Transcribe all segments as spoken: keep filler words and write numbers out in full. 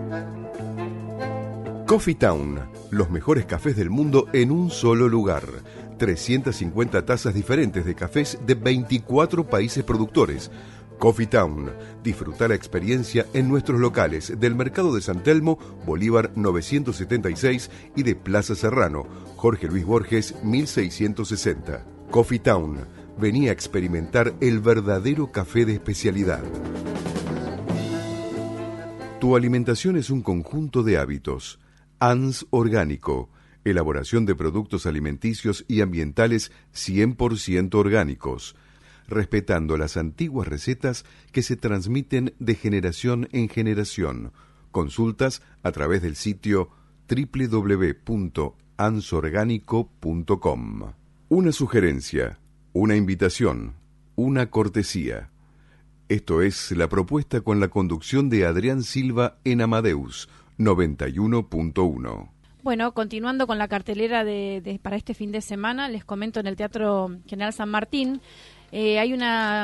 Coffee Town, los mejores cafés del mundo en un solo lugar. trescientas cincuenta tazas diferentes de cafés de veinticuatro países productores. Coffee Town. Disfruta la experiencia en nuestros locales del Mercado de San Telmo, Bolívar novecientos setenta y seis y de Plaza Serrano, Jorge Luis Borges mil seiscientos sesenta. Coffee Town. Vení a experimentar el verdadero café de especialidad. Tu alimentación es un conjunto de hábitos. A N S Orgánico. Elaboración de productos alimenticios y ambientales cien por ciento orgánicos, respetando las antiguas recetas que se transmiten de generación en generación. Consultas a través del sitio doble u doble u doble u punto ansorgánico punto com. Una sugerencia, una invitación, una cortesía. Esto es la propuesta con la conducción de Adrián Silva en Amadeus noventa y uno punto uno. Bueno, continuando con la cartelera de, de para este fin de semana, les comento en el Teatro General San Martín, eh, hay una,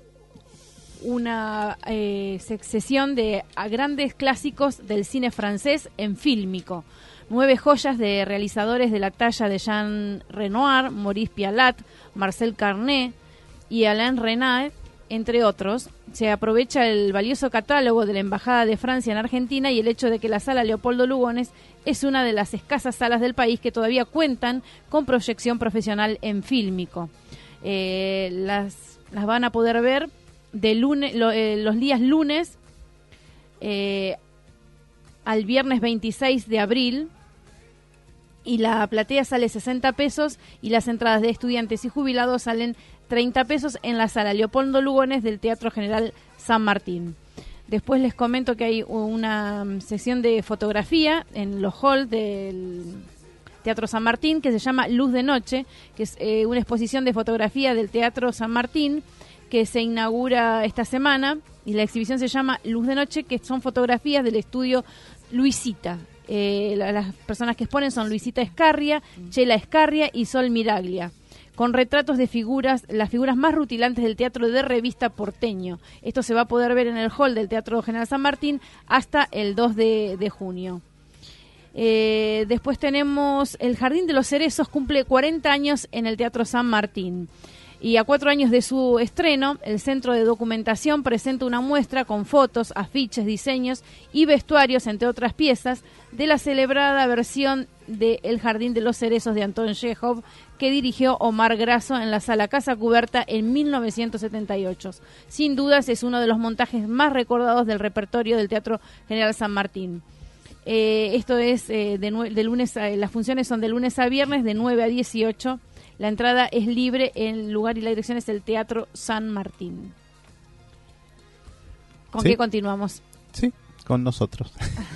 una eh, sesión de a grandes clásicos del cine francés en fílmico. Nueve joyas de realizadores de la talla de Jean Renoir, Maurice Pialat, Marcel Carné y Alain Resnais, entre otros. Se aprovecha el valioso catálogo de la Embajada de Francia en Argentina y el hecho de que la Sala Leopoldo Lugones es una de las escasas salas del país que todavía cuentan con proyección profesional en fílmico. Eh, las, las van a poder ver de lunes, lo, eh, los días lunes eh, al viernes veintiséis de abril, y la platea sale sesenta pesos y las entradas de estudiantes y jubilados salen treinta pesos en la Sala Leopoldo Lugones del Teatro General San Martín. Después les comento que hay una sesión de fotografía en los halls del Teatro San Martín que se llama Luz de Noche, que es eh, una exposición de fotografía del Teatro San Martín que se inaugura esta semana, y la exhibición se llama Luz de Noche, que son fotografías del estudio Luisita. Eh, la, las personas que exponen son Luisita Escarria, Chela Escarria y Sol Miraglia, con retratos de figuras, las figuras más rutilantes del teatro de revista porteño. Esto se va a poder ver en el hall del Teatro General San Martín hasta el dos de junio. Eh, después tenemos El Jardín de los Cerezos, cumple cuarenta años en el Teatro San Martín. Y a cuatro años de su estreno, el Centro de Documentación presenta una muestra con fotos, afiches, diseños y vestuarios, entre otras piezas, de la celebrada versión de El Jardín de los Cerezos de Anton Chekhov, que dirigió Omar Grasso en la Sala Casa Cubierta en mil novecientos setenta y ocho. Sin dudas es uno de los montajes más recordados del repertorio del Teatro General San Martín. Eh, esto es eh, de, de lunes a, las funciones son de lunes a viernes de nueve a dieciocho. La entrada es libre, el lugar y la dirección es el Teatro San Martín. ¿Con ¿Sí? qué continuamos? Sí, con nosotros.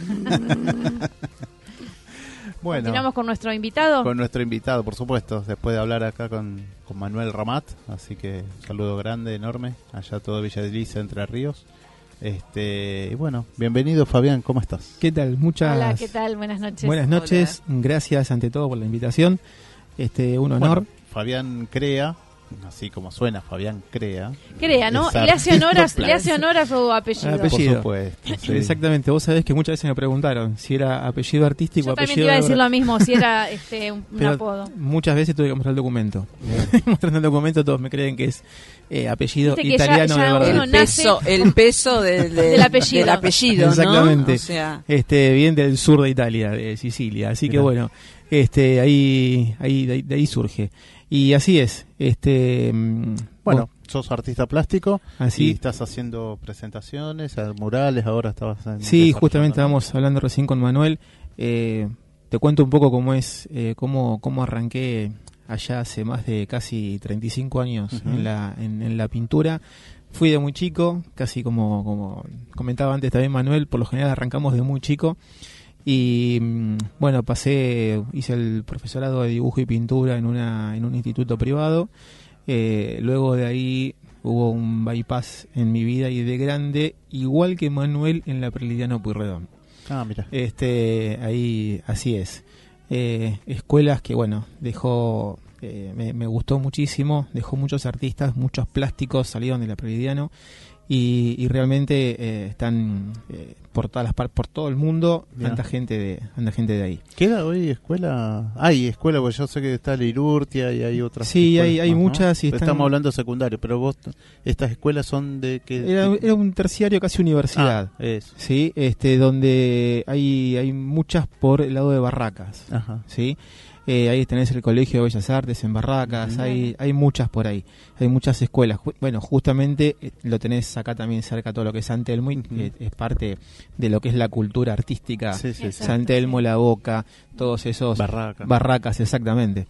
Bueno, continuamos con nuestro invitado. Con nuestro invitado, por supuesto, después de hablar acá con, con Manuel Ramat, así que un saludo grande, enorme, allá todo Villa de Liza, Entre Ríos. Este, y bueno, bienvenido Fabián, ¿cómo estás? ¿Qué tal? Muchas Hola, ¿qué tal? Buenas noches. Buenas noches, Hola. Gracias ante todo por la invitación. Este, un honor. Bueno, Fabián Crea, así como suena, Fabián Crea. Crea, ¿no? Le hace honor a, le hace honor a su apellido. apellido. Por supuesto, sí. Exactamente, vos sabés que muchas veces me preguntaron si era apellido artístico o Yo apellido... también te iba a decir de... lo mismo, si era este, un, un apodo. Muchas veces tuve que mostrar el documento. Mostrando el documento todos me creen que es eh, apellido italiano. Ya, ya de verdad. El peso, el peso de, de, del apellido, del apellido, ¿no? Exactamente. O sea... Este, bien del sur de Italia, de Sicilia. Así Mirá. que bueno, este, ahí, ahí, de ahí, de ahí surge. Y así es. Este, bueno, vos sos artista plástico así. Y estás haciendo presentaciones, murales, ahora estabas en Sí, justamente estábamos hablando recién con Manuel. Eh, te cuento un poco cómo es, eh, cómo, cómo arranqué allá hace más de casi treinta y cinco años uh-huh. en, la, en, en la pintura. Fui de muy chico, casi como, como comentaba antes también Manuel, por lo general arrancamos de muy chico. Y bueno, pasé, hice el profesorado de dibujo y pintura en una en un instituto privado. Eh, luego de ahí hubo un bypass en mi vida y de grande, igual que Manuel, en la Prelidiano Pueyrredón. Ah, mira. Este, ahí, así es. Eh, escuelas que, bueno, dejó, eh, me, me gustó muchísimo, dejó muchos artistas, muchos plásticos salieron de la Prelidiano. y, y realmente eh, están eh, por todas las par- por todo el mundo, Bien. anda gente de anda gente de ahí. ¿Queda hoy escuela? Hay escuela, porque yo sé que está la Irurtia y hay otras. Sí, escuelas hay- hay más, ¿no? muchas y Pero están- Estamos hablando de secundario, pero vos, estas escuelas son de que... Era, era un terciario, casi universidad. Ah, eso. Sí, este, donde hay hay muchas por el lado de Barracas. Ajá. ¿Sí? Eh, ahí tenés el Colegio de Bellas Artes en Barracas, Ujú. hay hay muchas por ahí, hay muchas escuelas. Ju- Bueno, justamente eh, lo tenés acá también cerca, todo lo que es San Telmo, y, Ujú. eh, es parte de lo que es la cultura artística. Sí, sí, sí. Exacto. San Telmo, La Boca, todos esos... Barraca. Barracas, exactamente.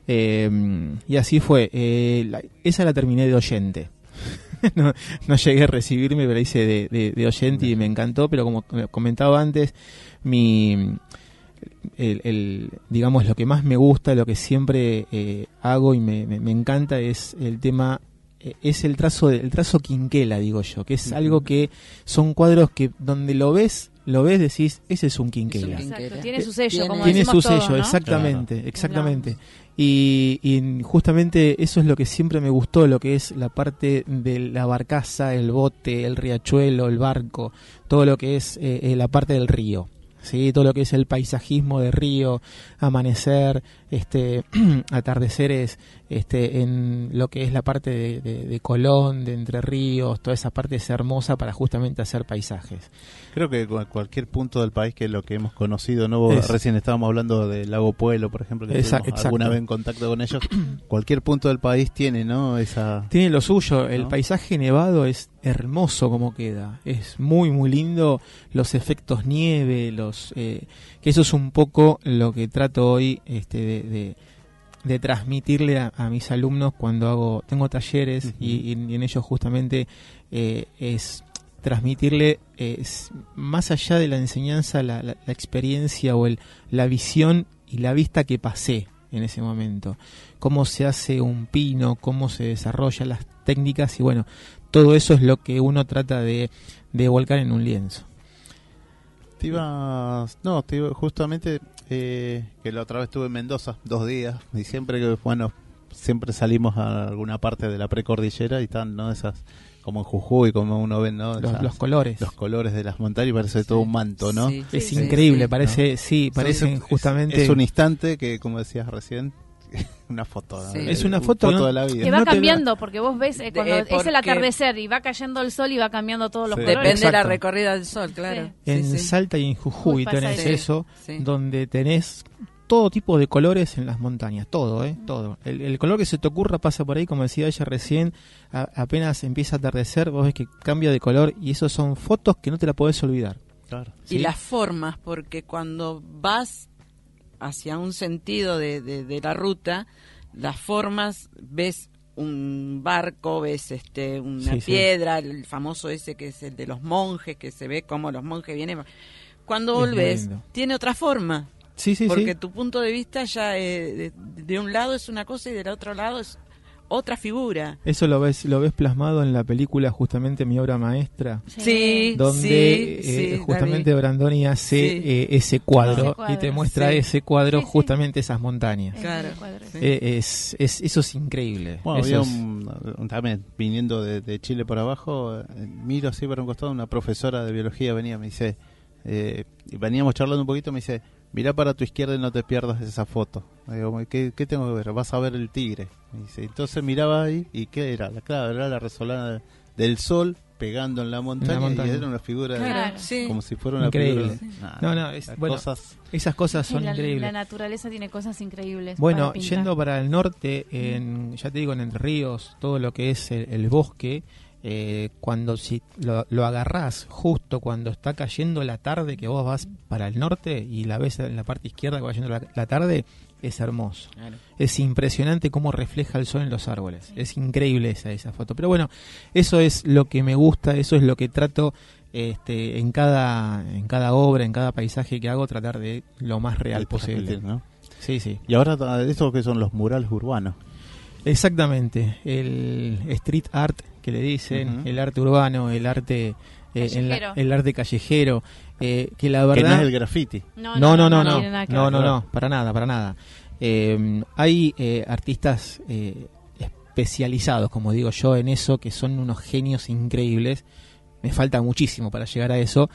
Eh, y así fue. Eh, la- esa la terminé de oyente. no, no llegué a recibirme, pero la hice de, de, de oyente y me encantó. Pero como comentaba antes, mi... El, el, digamos, lo que más me gusta, lo que siempre eh, hago y me, me, me encanta es el tema, eh, es el trazo de, el trazo quinquela, digo yo, que es Ujú. algo que son cuadros que donde lo ves, lo ves, decís, ese es un quinquela. Es un Exacto, Quinquela. tiene su sello, Tiene- como Tiene decimos su todos, sello, ¿no? exactamente, Claro. exactamente. Y, y justamente eso es lo que siempre me gustó, lo que es la parte de la barcaza, el bote, el riachuelo, el barco, todo lo que es eh, eh, la parte del río. Sí, todo lo que es el paisajismo de río, amanecer, este, atardeceres, este, en lo que es la parte de, de, de Colón, de Entre Ríos, toda esa parte es hermosa para justamente hacer paisajes. Creo que cu- cualquier punto del país que lo que hemos conocido, ¿no? Vos Es- recién estábamos hablando del Lago Puelo, por ejemplo, que Esa- estuvimos exacto. alguna vez en contacto con ellos. Cualquier punto del país tiene, ¿no? Esa... Tiene lo suyo, el ¿No? paisaje nevado es hermoso como queda, es muy muy lindo, los efectos nieve, los eh, que eso es un poco lo que trato hoy este, de, de, de transmitirle a, a mis alumnos cuando hago tengo talleres. Ujú. y, y- y en ellos justamente eh, es transmitirle eh, es, más allá de la enseñanza la, la- la experiencia o el, la visión y la vista que pasé en ese momento, cómo se hace un pino, cómo se desarrollan las técnicas y bueno, todo eso es lo que uno trata de, de volcar en un lienzo. Te ibas... No, te iba- justamente eh, que la otra vez estuve en Mendoza, dos días, y siempre que, bueno, siempre salimos a alguna parte de la precordillera y están, ¿no? Esas, como en Jujuy, como uno ve, ¿no? Los, Esas- los colores. los colores de las montañas y parece todo un manto, ¿no? Sí, Es sí, increíble, sí. parece, sí, parecen Es- justamente... Es un instante que, como decías recién, una foto. ¿no? Sí. Es una foto, ¿no? de la vida. Que va No te da- cambiando, porque vos ves eh, cuando Eh, es el porque- atardecer y va cayendo el sol y va cambiando todos los Sí. colores. Depende de la Exacto. recorrida del sol, claro. Sí. En Sí, sí. Salta y en Jujuy Uy, pasa tenés eso. eso, Sí. donde tenés todo tipo de colores en las montañas, todo, ¿eh? Todo. El, el color que se te ocurra pasa por ahí, como decía ella recién, a- apenas empieza a atardecer, vos ves que cambia de color y eso son fotos que no te la podés olvidar. Claro. Y ¿sí? las formas, porque cuando vas hacia un sentido de, de, de la ruta, las formas, ves un barco, ves este una Sí, sí. piedra, el famoso ese que es el de los monjes, que se ve como los monjes vienen. Cuando Es muy volvés, lindo. tiene otra forma, Sí, sí, porque sí. tu punto de vista ya eh, de, de un lado es una cosa y del otro lado es otra figura. Eso lo ves, lo ves plasmado en la película justamente Mi Obra Maestra, Sí, donde sí, eh, sí, justamente David. Brandoni hace Sí. eh, ese cuadro, Ese cuadro, y te muestra sí. ese cuadro, Sí, sí. justamente esas montañas. Es Claro. el cuadro. Sí. Eh, es, es, eso es increíble. Bueno, Eso había es- un, un- también viniendo de, de Chile por abajo, eh, miro así para un costado, una profesora de biología venía, me dice, eh, y veníamos charlando un poquito, me dice, mirá para tu izquierda y no te pierdas esa foto. Le digo, ¿qué, qué tengo que ver? Vas a ver el tigre. Me dice, entonces miraba ahí, ¿y qué era? La, claro, era la resolana del sol pegando en la montaña, montaña. y era una figura, de- Claro. Sí. como si fuera una Increíble. figura. Nah, No, no, es- las bueno, cosas... esas cosas son la, increíbles. la naturaleza tiene cosas increíbles. Bueno, para pintar. yendo para el norte, en, ya te digo, en Entre Ríos, todo lo que es el, el bosque, eh, cuando si lo, lo agarrás justo cuando está cayendo la tarde, que vos vas para el norte y la ves en la parte izquierda que va cayendo la, la tarde, es hermoso. Claro. Es impresionante cómo refleja el sol en los árboles. Es increíble esa, esa foto. Pero bueno, eso es lo que me gusta, eso es lo que trato este, en cada en cada obra, en cada paisaje que hago, tratar de lo más real de posible. transmitir, ¿no? Sí, sí. Y ahora, ¿esto que son los murales urbanos? Exactamente, el street art que le dicen, Ujú. el arte urbano, el arte eh, en la- Callejero. el arte callejero, eh, que la Que no verdad es el graffiti. No, no, no, no, no, tiene nada que no, ver. no, no, para nada, para nada. Eh, hay eh, artistas eh, es- especializados, como digo yo, en eso, que son unos genios increíbles. Me falta muchísimo para llegar a eso,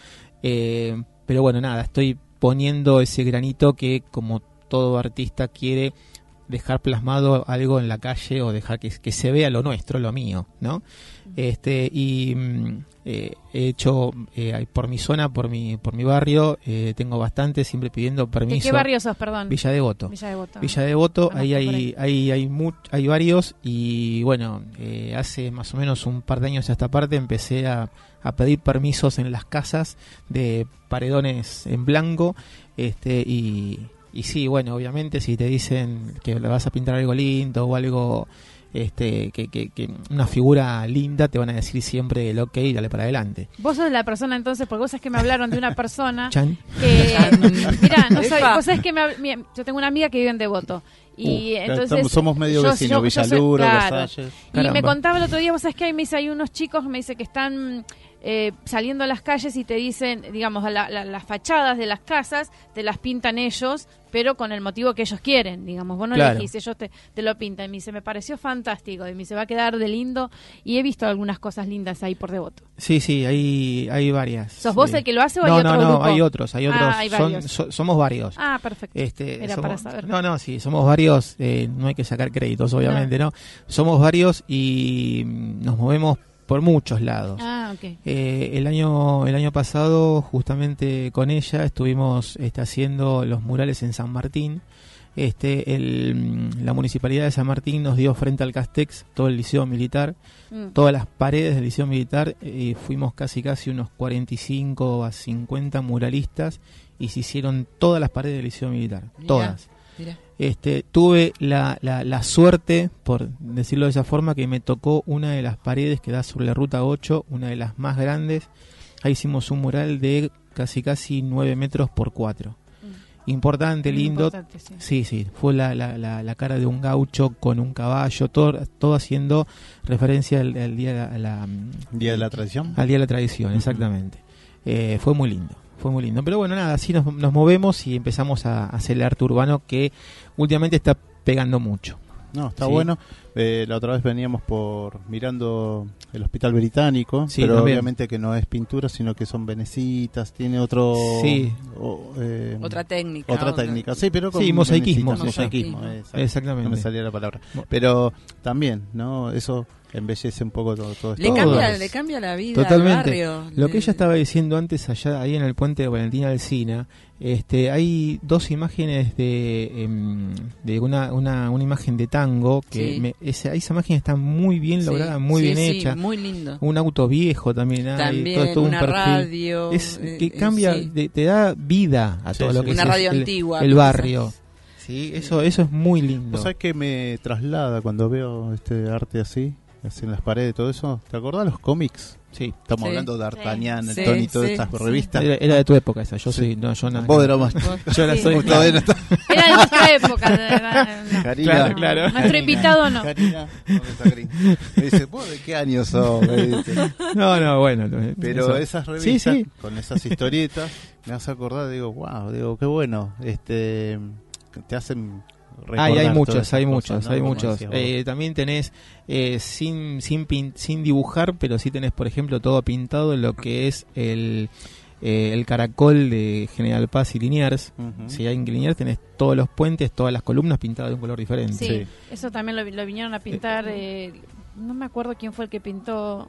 eh, pero bueno, nada, estoy poniendo ese granito que, como todo artista, quiere dejar plasmado algo en la calle o dejar que, que se vea lo nuestro, lo mío, ¿no? Este y eh, he hecho eh, por mi zona, por mi por mi barrio, eh, tengo bastante, siempre pidiendo permiso. ¿De qué barrio sos, perdón? Villa Devoto. Villa Devoto. Villa Devoto, Conozco ahí por hay ahí. hay hay, mu- hay varios y bueno, eh, hace más o menos un par de años a esta parte empecé a, a pedir permisos en las casas de paredones en blanco, este y Y sí, bueno, obviamente si te dicen que le vas a pintar algo lindo o algo, este, que, que, que una figura linda, te van a decir siempre el ok, dale para adelante. Vos sos la persona entonces, porque vos sabés que me hablaron de una persona Chan. que, mira, no sabés, Epa. vos sabés que me, hab- mi- yo tengo una amiga que vive en Devoto. Y Uh, entonces estamos- somos medio yo- vecinos, yo- yo Villaluro, soy- claro. Versalles. Y Caramba. me contaba el otro día, vos sabés que ahí me dice, hay unos chicos, me dice que están eh, saliendo a las calles y te dicen, digamos, la- la- las fachadas de las casas te las pintan ellos, pero con el motivo que ellos quieren, digamos, vos no Claro. elegís, ellos te, te lo pintan. Y me dice, me pareció fantástico, y me dice, va a quedar de lindo, y he visto algunas cosas lindas ahí por Devoto. Sí, sí, hay, hay varias. ¿Sos vos Sí. el que lo hace o no, hay no, otro no, grupo? hay otros, hay otros. Ah, hay Son- varios. so- somos varios. Ah, perfecto. Este, Era somos- para saber. No, no, sí, somos varios, eh, no hay que sacar créditos, obviamente, ¿no? Somos varios y mm, nos movemos por muchos lados. Ah, ok. Eh, el año el año pasado, justamente con ella, estuvimos este, haciendo los murales en San Martín. Este, el, mm, la municipalidad de San Martín nos dio frente al Castex todo el liceo militar, Mm. todas las paredes del liceo militar, y fuimos casi casi unos cuarenta y cinco a cincuenta muralistas y se hicieron todas las paredes del liceo militar, Mirá. todas. Mira. Este, tuve la, la, la suerte, por decirlo de esa forma, que me tocó una de las paredes que da sobre la ruta ocho, una de las más grandes. Ahí hicimos un mural de casi casi nueve metros por cuatro. Importante, Muy lindo. importante, sí. Sí, sí, fue la, la, la, la cara de un gaucho con un caballo, todo, todo haciendo referencia al, al día, a la, Día de la Tradición. al día de la tradición, exactamente. Eh, fue muy lindo, fue muy lindo. Pero bueno, nada, así nos, nos movemos y empezamos a, a hacer el arte urbano que últimamente está pegando mucho. No, está Sí. bueno. Eh, la otra vez veníamos por mirando el Hospital Británico, Sí, pero también. obviamente que no es pintura, sino que son venecitas, tiene otro... Sí. o, eh, Otra técnica. Otra otra- técnica, sí, pero con Sí, mosaicismo, venecitas, sí. mosaicismo, Mosaicismo. exacto. No me Exactamente. salía la palabra. Mo- Pero también, ¿no? Eso embellece un poco todo, todo esto. Le Todo cambia, es- le cambia la vida Totalmente. al barrio. Lo Le- que ella estaba diciendo antes, allá ahí en el puente de Valentina Alsina, este, hay dos imágenes de, em, de una, una, una imagen de tango que Sí. me- esa, esa imagen está muy bien Sí, lograda, muy sí, bien sí, hecha. muy lindo. Un auto viejo también hay, También todo, todo un una perfil. radio. Es eh, que eh, cambia, sí. te, te da vida a Sí, todo lo sí. que Una es radio el, antigua. el quizás. barrio. Sí, eso, eso es muy lindo. ¿Vos sabés que me traslada cuando veo este arte así, así en las paredes, todo eso? ¿Te acordás los cómics? Sí. Estamos Sí. hablando de D'Artagnan, Sí, el Tony, todas sí, estas sí. revistas. Era, era de tu época esa, yo Sí. soy, no, yo nada. Vos eras más... Yo la Sí. soy, Vos todavía no estás- Era de nuestra época. de verdad, no. Karina, Claro, claro. Nuestro Karina, invitado no. Karina, ¿dónde está Karina? Me dice, ¿vos de qué año sos? Me dice. No, no, bueno. Pero eso. esas revistas, Sí, sí. con esas historietas, me hace acordar, digo, wow, digo, qué bueno. Este, te hacen recordar Hay, hay todas muchos, esas hay cosas, muchos, ¿no? hay Como muchos. decías vos. Eh, también tenés, eh, sin sin pin- sin dibujar, pero sí tenés, por ejemplo, todo pintado en lo que es el, eh, el caracol de General Paz y Liniers. Ujú. Si hay en Liniers tenés todos los puentes, todas las columnas pintadas de un color diferente. Sí, Sí. eso también lo, lo vinieron a pintar. eh, no me acuerdo quién fue el que pintó.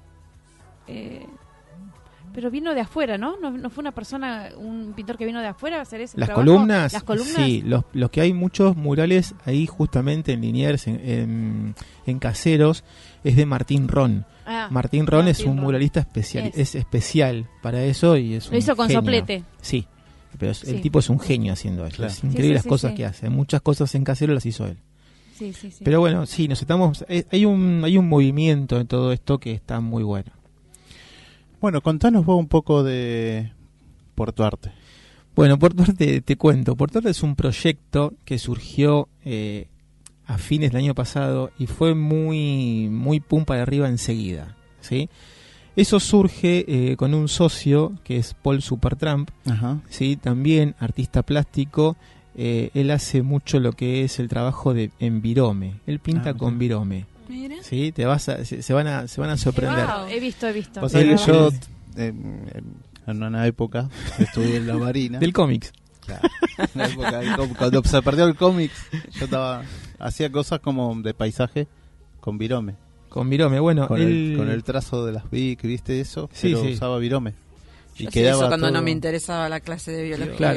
eh, pero vino de afuera, ¿no? ¿no? ¿No fue una persona, un pintor que vino de afuera a hacer ese Las trabajo? columnas, Las columnas. sí, los, los que hay muchos murales ahí justamente en Liniers, en, en, en Caseros, es de Martín Ron. Ah, Martín Ron es Martín un Ron. muralista especial, Es. es. especial para eso y es Lo un hizo con genio. soplete. Sí, pero es- Sí. el tipo es un genio haciendo eso. Claro. Es increíble Sí, sí, las sí, cosas sí. que hace. Muchas cosas en Caseros las hizo él. Sí, sí, sí. Pero bueno, sí, nos estamos eh, hay un hay un movimiento en todo esto que está muy bueno. Bueno, contanos vos un poco de Puerto Arte. Bueno, Puerto Arte, te cuento. Puerto Arte es un proyecto que surgió eh, a fines del año pasado y fue muy, muy pum para arriba enseguida, ¿sí? Eso surge eh, con un socio que es Paul Supertramp, Ajá. ¿sí? También artista plástico. Eh, él hace mucho lo que es el trabajo de en virome. Él pinta Ah, con mira. virome. Mira. Sí, te vas a, se, se van a se van a sorprender. Wow, he visto, he visto. O sea que Eh, yo, eh, en una época, estudié en la Marina. Del cómics. Claro, una época de com- cuando se perdió el cómics, yo estaba hacía cosas como de paisaje con virome. Con Virome, bueno, Con, él- el, con el trazo de las Vic, ¿viste eso? Sí, Pero sí. usaba virome. Y Yo hacía quedaba eso cuando todo... no me interesaba la clase de biología. Claro.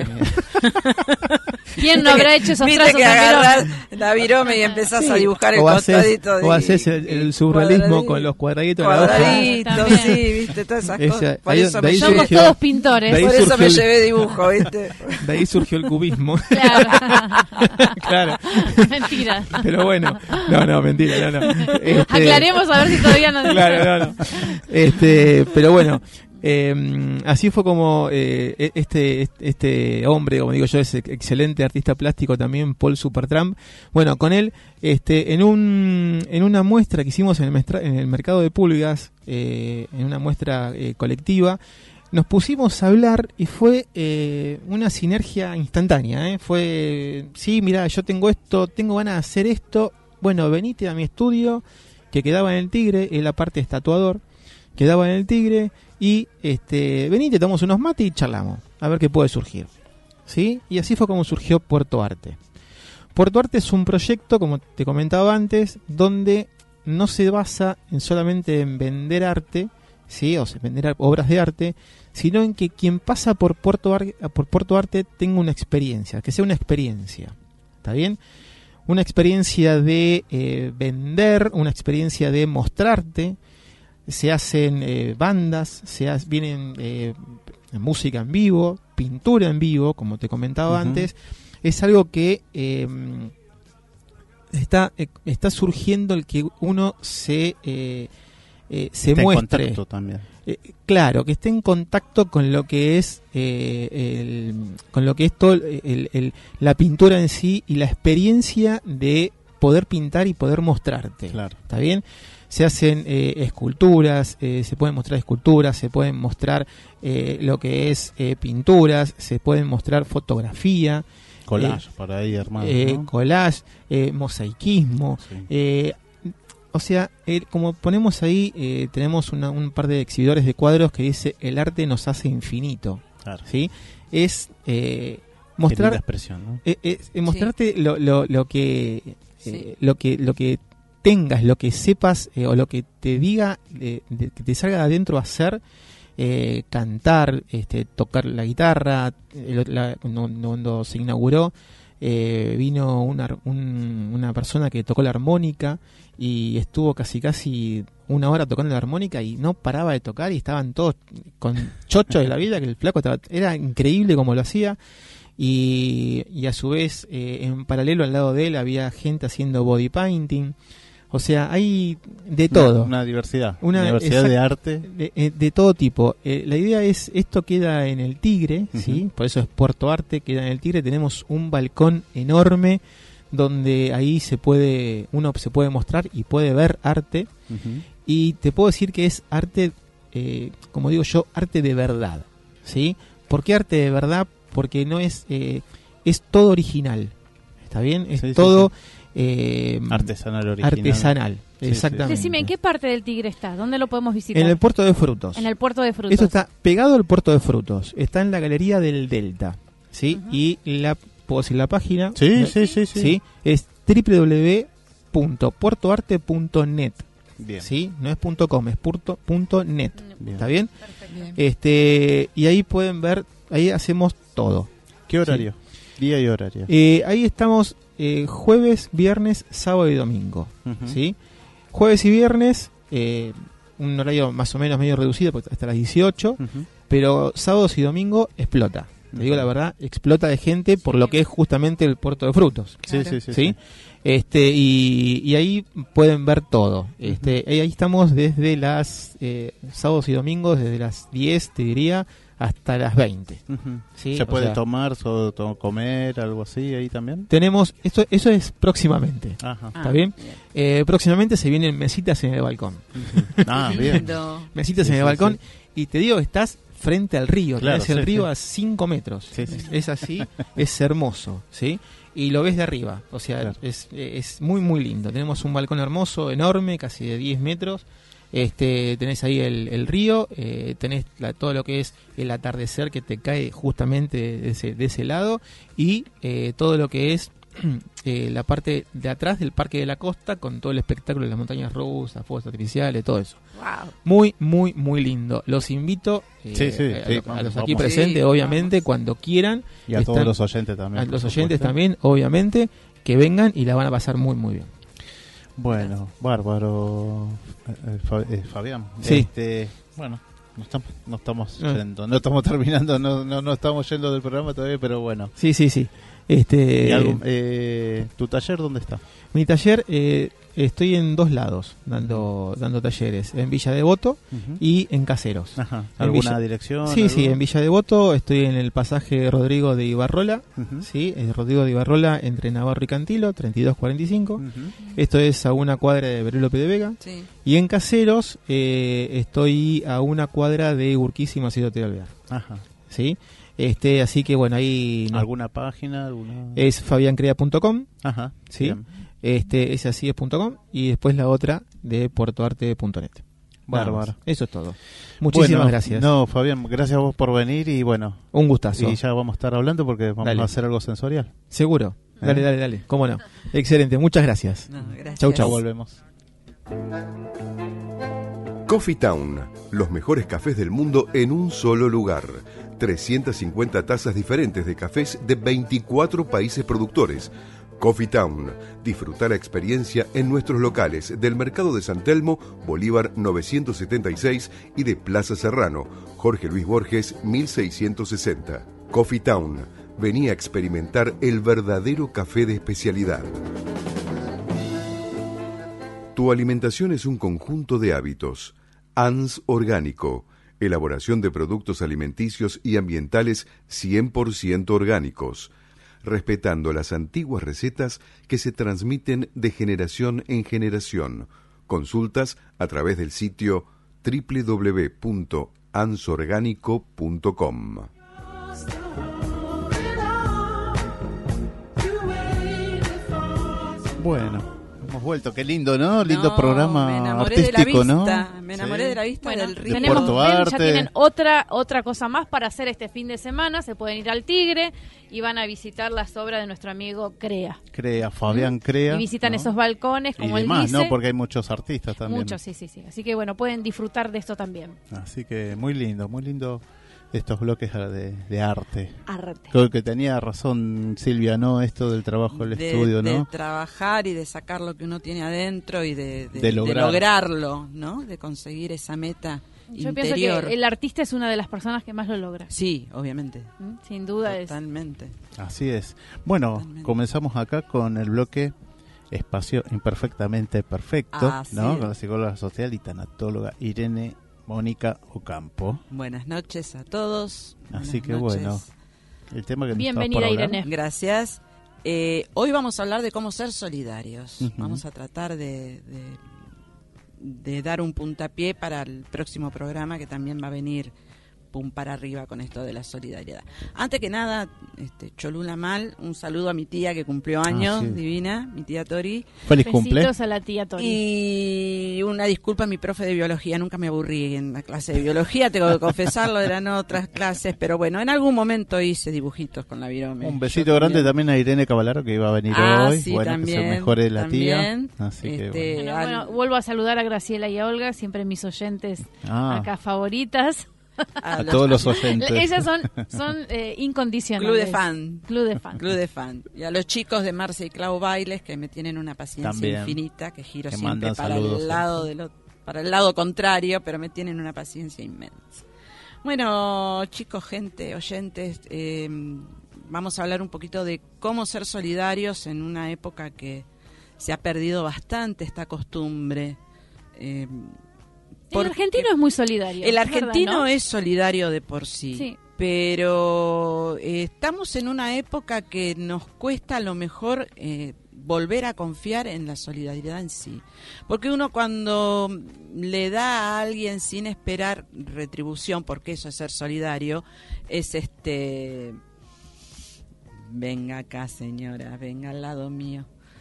¿Quién no habrá hecho esos Viste trazos que en agarrás Virome? la virome y empezás Sí. a dibujar el o haces, costadito. de- o haces el, el surrealismo con los cuadraditos de la hoja. cuadraditos, También. sí, viste, todas esas Esa- cosas. Por ahí- eso de me ahí llevé- Somos surgió- todos pintores. de ahí por eso surgió me el- llevé dibujo, ¿viste? De ahí surgió el cubismo. Claro. Claro. Mentira. Pero bueno, no, no, mentira, no, no. Este, Aclaremos a ver si todavía no. Claro, no, no. Este, pero bueno, eh, así fue como eh, este este hombre, como digo yo, es excelente artista plástico también, Paul Supertramp. Bueno, con él, este, en un en una muestra que hicimos en el, mestra- en el mercado de pulgas, eh, en una muestra eh, colectiva, nos pusimos a hablar y fue eh, una sinergia instantánea. ¿eh? Fue, sí, mira, yo tengo esto, tengo ganas de hacer esto. Bueno, venite a mi estudio, que quedaba en el Tigre, en la parte de tatuador, quedaba en el Tigre, y este, venite, tomamos unos mates y charlamos, a ver qué puede surgir. ¿Sí? Y así fue como surgió Puerto Arte. Puerto Arte es un proyecto, como te comentaba antes, donde no se basa en solamente en vender arte, ¿sí? O sea, vender obras de arte, sino en que quien pasa por Puerto, Ar- por Puerto Arte tenga una experiencia, que sea una experiencia. ¿Está bien? Una experiencia de eh, vender, una experiencia de mostrarte. Se hacen eh, bandas, se ha- vienen eh, música en vivo, pintura en vivo, como te comentaba Ujú. antes. Es algo que eh, está, eh, está surgiendo el que uno se, eh, eh, se Está en muestre. contacto también. Eh, claro, que esté en contacto con lo que es eh, el, con lo que es todo el- el- la pintura en sí y la experiencia de poder pintar y poder mostrarte. Claro. ¿Está bien? Se hacen eh, esculturas, eh, se pueden mostrar esculturas, se pueden mostrar eh, lo que es eh, pinturas, se pueden mostrar fotografía, Collage, por ahí, hermano. eh, ¿no? collage, eh, mosaicismo. Sí. Eh, o sea, eh, como ponemos ahí, eh, tenemos una- un par de exhibidores de cuadros que dice el arte nos hace infinito. Claro. ¿Sí? Es eh, Qué linda mostrar, expresión, ¿no? eh, eh, eh, mostrarte lo, lo, lo que eh, Sí. lo que lo que tengas, lo que sepas eh, o lo que te diga, eh, de- que te salga de adentro a hacer, eh, cantar, este, tocar la guitarra. El otro- la- cuando, cuando se inauguró, eh, vino una, un- una persona que tocó la armónica y estuvo casi casi una hora tocando la armónica y no paraba de tocar y estaban todos con chocho de la vida, que el flaco estaba, era increíble como lo hacía. Y, y a su vez, eh, en paralelo al lado de él había gente haciendo body painting. O sea, hay de todo. Una, una diversidad. Una- Una diversidad exact- de arte. De, eh, de todo tipo. Eh, la idea es, esto queda en el Tigre, ¿sí? Ujú. Por eso es Puerto Arte, queda en el Tigre. Tenemos un balcón enorme donde ahí se puede, uno se puede mostrar y puede ver arte. Ujú. Y te puedo decir que es arte, eh, como digo yo, arte de verdad, ¿sí? ¿Por qué arte de verdad? Porque no es, eh, es todo original, ¿está bien? Es Sí, sí, todo sí. eh, Artesanal original. artesanal, Sí, sí. exactamente. Decime, ¿en qué parte del Tigre estás? ¿Dónde lo podemos visitar? En el puerto de Frutos. En el puerto de Frutos. Esto está pegado al puerto de Frutos, está en la galería del Delta, ¿sí? Ujú. Y la, puedo decir la página, Sí, ¿no? sí, sí, sí. ¿sí? Es doble u doble u doble u punto puertoarte punto net, Bien. ¿sí? No es punto .com, es punto, punto net, Bien. ¿está bien? Perfecto. Bien. Este, y ahí pueden ver, ahí hacemos todo. ¿Qué horario? Día y horario. Eh, ahí estamos eh, jueves, viernes, sábado y domingo, Ujú. ¿sí? Jueves y viernes, eh, un horario más o menos medio reducido, porque hasta las dieciocho, Ujú. pero sábados y domingo explota. Te digo la verdad, explota de gente por lo que es justamente el puerto de Frutos. Sí, Claro. sí, sí, ¿Sí? sí. Este, y, y ahí pueden ver todo. Este, y ahí estamos desde las eh, sábados y domingos, desde las diez, te diría, hasta las veinte. Ujú. ¿Sí? ¿Se O puede sea, tomar, o to- comer, algo así ahí también? Tenemos, esto, eso es próximamente. Ajá. Ah, ¿Está bien? Eh, próximamente se vienen mesitas en el balcón. Ah, bien. Lindo. Mesitas Sí, en el sí, balcón. sí. Y te digo, estás frente al río, Claro, tenés el sí, río sí. a cinco metros, Sí, sí. es, es así, es hermoso, ¿sí? Y lo ves de arriba, o sea, Claro. es, es muy muy lindo. Tenemos un balcón hermoso, enorme, casi de diez metros. Este, tenés ahí el, el río, eh, tenés la, todo lo que es el atardecer que te cae justamente de ese, de ese lado, y eh, todo lo que es eh, la parte de atrás del Parque de la Costa, con todo el espectáculo de las montañas rusas, fuegos artificiales, todo eso. Wow. Muy, muy, muy lindo. Los invito eh, Sí, sí, a, sí, a vamos, los aquí vamos. presentes, Sí, obviamente, vamos. cuando quieran. Y a Están- todos los oyentes también. a por los oyentes supuesto. también, obviamente, que vengan y la van a pasar muy, muy bien. Bueno, bárbaro, eh, eh, Fa- eh, Fabián. Sí. Este, bueno, no estamos, no estamos Ah. yendo, no estamos terminando, no, no, no estamos yendo del programa todavía, pero bueno. Sí, sí, sí. Este, ¿Y algo- eh, ¿Tu taller dónde está? Mi taller, eh, estoy en dos lados dando dando talleres, en Villa Devoto Ujú. y en Caseros. Ajá. en ¿Alguna Villa- dirección? Sí, sí, algo? en Villa Devoto estoy en el pasaje Rodrigo de Ibarrola, Ujú. sí, es Rodrigo de Ibarrola entre Navarro y Cantilo, treinta y dos cuarenta y cinco. Ujú. Esto es a una cuadra de Berú López de Vega. Sí. Y en Caseros eh, estoy a una cuadra de Urquiza y Macedote de Alvear, Ajá. ¿sí? Este, así que bueno, ahí no- ¿Alguna página? Alguna... es fabiancrea punto com. Ajá. Sí. Bien. Este, es así es punto com, y después la otra de puertoarte punto net. Nada Bárbaro. más. Eso es todo. Muchísimas Bueno, gracias. No, Fabián, gracias a vos por venir y bueno, Un gustazo. y ya vamos a estar hablando porque vamos Dale. a hacer algo sensorial. Seguro. ¿Eh? Dale, dale, dale. ¿Cómo no? Excelente. Muchas gracias. No, gracias. Chau, Ya chau. volvemos. Coffee Town, los mejores cafés del mundo en un solo lugar. trescientas cincuenta tazas diferentes de cafés de veinticuatro países productores. Coffee Town, disfruta la experiencia en nuestros locales del Mercado de San Telmo, Bolívar novecientos setenta y seis y de Plaza Serrano, Jorge Luis Borges mil seiscientos sesenta. Coffee Town, vení a experimentar el verdadero café de especialidad. Tu alimentación es un conjunto de hábitos. A N S Orgánico, elaboración de productos alimenticios y ambientales cien por ciento orgánicos, respetando las antiguas recetas que se transmiten de generación en generación. Consultas a través del sitio doble u doble u doble u punto ansorgánico punto com. Bueno, hemos vuelto, qué lindo, ¿no? Lindo No, programa me enamoré artístico, de la ¿no? vista, me enamoré Sí. de la vista Bueno, del río. De tenemos, Puerto ven, ya Arte. tienen otra otra cosa más para hacer este fin de semana. Se pueden ir al Tigre y van a visitar las obras de nuestro amigo Crea. Crea, Fabián Crea. Y visitan ¿no? esos balcones, Y como él demás, dice. ¿no? Porque hay muchos artistas también. Muchos, sí, sí, sí. Así que bueno, pueden disfrutar de esto también. Así que muy lindo, muy lindo estos bloques de, de arte. Arte. Creo que tenía razón Silvia, ¿no? Esto del trabajo del de, estudio, de ¿no? trabajar y de sacar lo que uno tiene adentro y de, de- De de lograr. lograrlo, ¿no? De conseguir esa meta Yo interior. pienso que el artista es una de las personas que más lo logra. Sí, obviamente. ¿Mm? Sin duda es. Totalmente. Así es. Bueno, Totalmente. comenzamos acá con el bloque Espacio Imperfectamente Perfecto, Así ¿no? es. Con la psicóloga social y tanatóloga Irene Mónica Ocampo. Buenas noches a todos. Así Buenas que noches. bueno, el tema que nos Bienvenida, estabas por hablar. Irene. Gracias. Eh, hoy vamos a hablar de cómo ser solidarios. Ujú. Vamos a tratar de, de, de dar un puntapié para el próximo programa que también va a venir pum para arriba con esto de la solidaridad. Antes que nada, este, Cholula Mal, un saludo a mi tía que cumplió años, Ah, sí. divina, mi tía Tori. Feliz cumple. Besitos a la tía Tori. Y una disculpa a mi profe de biología, nunca me aburrí en la clase de biología, tengo que confesarlo, eran otras clases, pero bueno, en algún momento hice dibujitos con la virome. Un besito Yo grande también. también a Irene Cavalaro que iba a venir Ah, hoy. sí, bueno, también, que se mejore la también. tía. Así que Este, bueno. Bueno, al- bueno, vuelvo a saludar a Graciela y a Olga, siempre mis oyentes Ah, acá favoritas. a todos los oyentes. Ellas son, son eh, incondicionales. Club de fan. Club de fan. Club de fan. Y a los chicos de Marce y Clau Bailes que me tienen una paciencia También. infinita, que giro Que siempre mandan para saludos, el ¿eh? lado de lo- para el lado contrario, pero me tienen una paciencia inmensa. Bueno, chicos, gente, oyentes, eh, vamos a hablar un poquito de cómo ser solidarios en una época que se ha perdido bastante esta costumbre. Eh, El porque- argentino es muy solidario. el ¿verdad, argentino no? es solidario de por sí, Sí. pero eh, estamos en una época que nos cuesta a lo mejor eh, volver a confiar en la solidaridad en sí. Porque uno cuando le da a alguien sin esperar retribución, porque eso es ser solidario, es este... Venga acá, señora, venga al lado mío.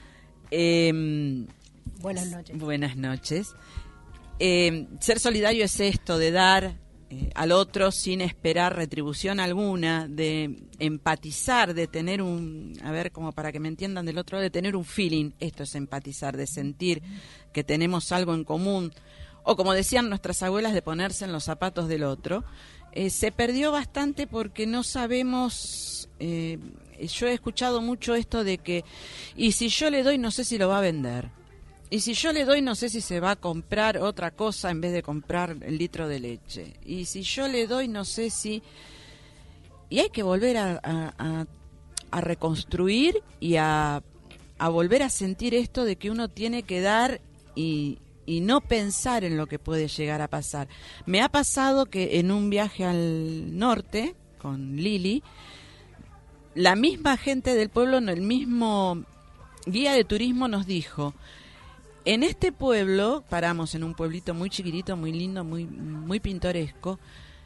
Eh, buenas noches. Buenas noches. Eh, ser solidario es esto, de dar eh, al otro sin esperar retribución alguna, de empatizar, de tener un, a ver, como para que me entiendan del otro lado, de tener un feeling. Esto es empatizar, de sentir que tenemos algo en común. O como decían nuestras abuelas, de ponerse en los zapatos del otro. Eh, se perdió bastante porque no sabemos... Eh, yo he escuchado mucho esto de que, y si yo le doy no sé si lo va a vender, y si yo le doy no sé si se va a comprar otra cosa en vez de comprar el litro de leche, y si yo le doy no sé si... Y hay que volver a, a, a, a reconstruir y a, a volver a sentir esto de que uno tiene que dar y, y no pensar en lo que puede llegar a pasar. Me ha pasado que en un viaje al norte con Lili, la misma gente del pueblo, el mismo guía de turismo nos dijo, en este pueblo, paramos en un pueblito muy chiquitito, muy lindo, muy, muy pintoresco,